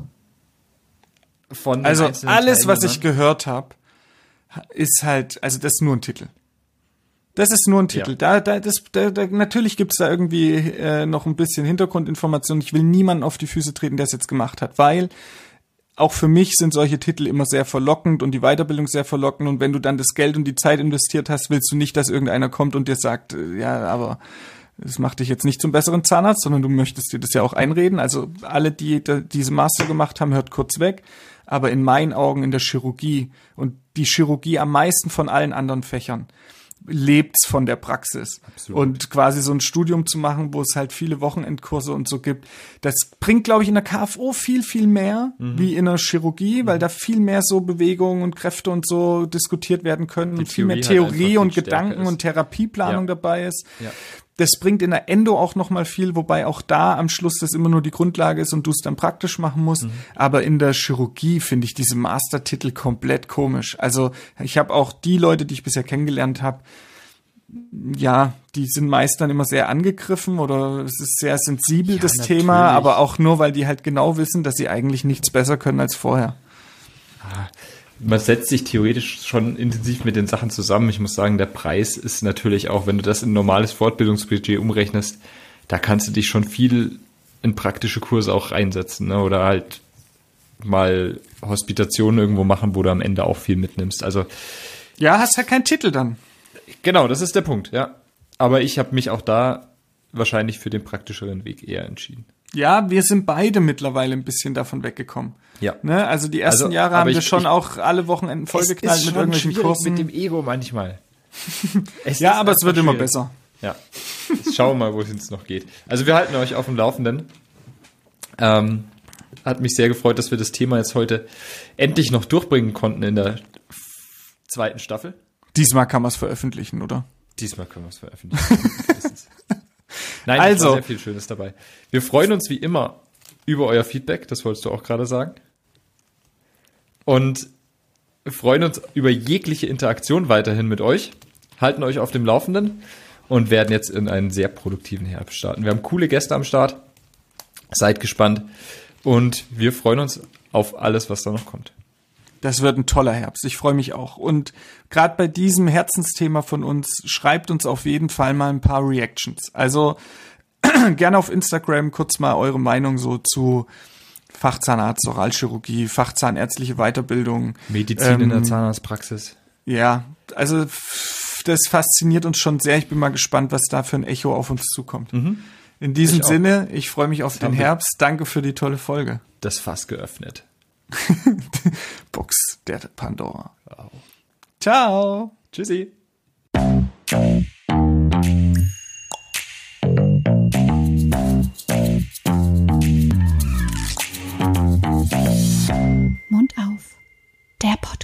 Also alles, was ich gehört habe, ist halt, also das ist nur ein Titel. Das ist nur ein Titel. Ja. Natürlich gibt's da irgendwie noch ein bisschen Hintergrundinformation. Ich will niemanden auf die Füße treten, der es jetzt gemacht hat, weil auch für mich sind solche Titel immer sehr verlockend und die Weiterbildung sehr verlockend. Und wenn du dann das Geld und die Zeit investiert hast, willst du nicht, dass irgendeiner kommt und dir sagt, ja, aber das macht dich jetzt nicht zum besseren Zahnarzt, sondern du möchtest dir das ja auch einreden. Also alle, die diese Master gemacht haben, hört kurz weg. Aber in meinen Augen in der Chirurgie und die Chirurgie am meisten von allen anderen Fächern lebt's von der Praxis. Absolut. Und quasi so ein Studium zu machen, wo es halt viele Wochenendkurse und so gibt, das bringt, glaube ich, in der KFO viel, viel mehr wie in der Chirurgie, weil da viel mehr so Bewegungen und Kräfte und so diskutiert werden können und viel mehr Theorie und Gedanken und Therapieplanung dabei ist. Ja. Das bringt in der Endo auch noch mal viel, wobei auch da am Schluss das immer nur die Grundlage ist und du es dann praktisch machen musst. Aber in der Chirurgie finde ich diese Mastertitel komplett komisch. Also ich habe auch die Leute, die ich bisher kennengelernt habe, ja, die sind meist dann immer sehr angegriffen oder es ist sehr sensibel, das natürlich. Thema, aber auch nur, weil die halt genau wissen, dass sie eigentlich nichts besser können als vorher. Man setzt sich theoretisch schon intensiv mit den Sachen zusammen. Ich muss sagen, der Preis ist natürlich auch, wenn du das in ein normales Fortbildungsbudget umrechnest, da kannst du dich schon viel in praktische Kurse auch reinsetzen, ne? Oder halt mal Hospitationen irgendwo machen, wo du am Ende auch viel mitnimmst. Also ja, hast ja keinen Titel dann. Genau, das ist der Punkt, ja. Aber ich habe mich auch da wahrscheinlich für den praktischeren Weg eher entschieden. Ja, wir sind beide mittlerweile ein bisschen davon weggekommen. Ja. Ne? Also die ersten Jahre haben wir schon auch alle Wochenenden vollgeknallt mit irgendwelchen Kursen. Mit dem Ego manchmal. Ja, aber es wird immer besser. Ja. Jetzt schauen wir mal, wo es jetzt noch geht. Also wir halten euch auf dem Laufenden. Hat mich sehr gefreut, dass wir das Thema jetzt heute endlich noch durchbringen konnten in der 2. Staffel. Diesmal kann man es veröffentlichen, oder? Diesmal können wir es veröffentlichen. Nein, also, es war sehr viel Schönes dabei. Wir freuen uns wie immer über euer Feedback, das wolltest du auch gerade sagen. Und freuen uns über jegliche Interaktion weiterhin mit euch, halten euch auf dem Laufenden und werden jetzt in einen sehr produktiven Herbst starten. Wir haben coole Gäste am Start, seid gespannt und wir freuen uns auf alles, was da noch kommt. Das wird ein toller Herbst. Ich freue mich auch. Und gerade bei diesem Herzensthema von uns, schreibt uns auf jeden Fall mal ein paar Reactions. Also gerne auf Instagram kurz mal eure Meinung so zu Fachzahnarzt, Oralchirurgie, fachzahnärztliche Weiterbildung. Medizin in der Zahnarztpraxis. Ja, also das fasziniert uns schon sehr. Ich bin mal gespannt, was da für ein Echo auf uns zukommt. In diesem Sinne, ich freue mich auf den Herbst. Danke für die tolle Folge. Das Fass geöffnet. Box der Pandora. Wow. Ciao. Tschüssi. Mund auf. Der Podcast.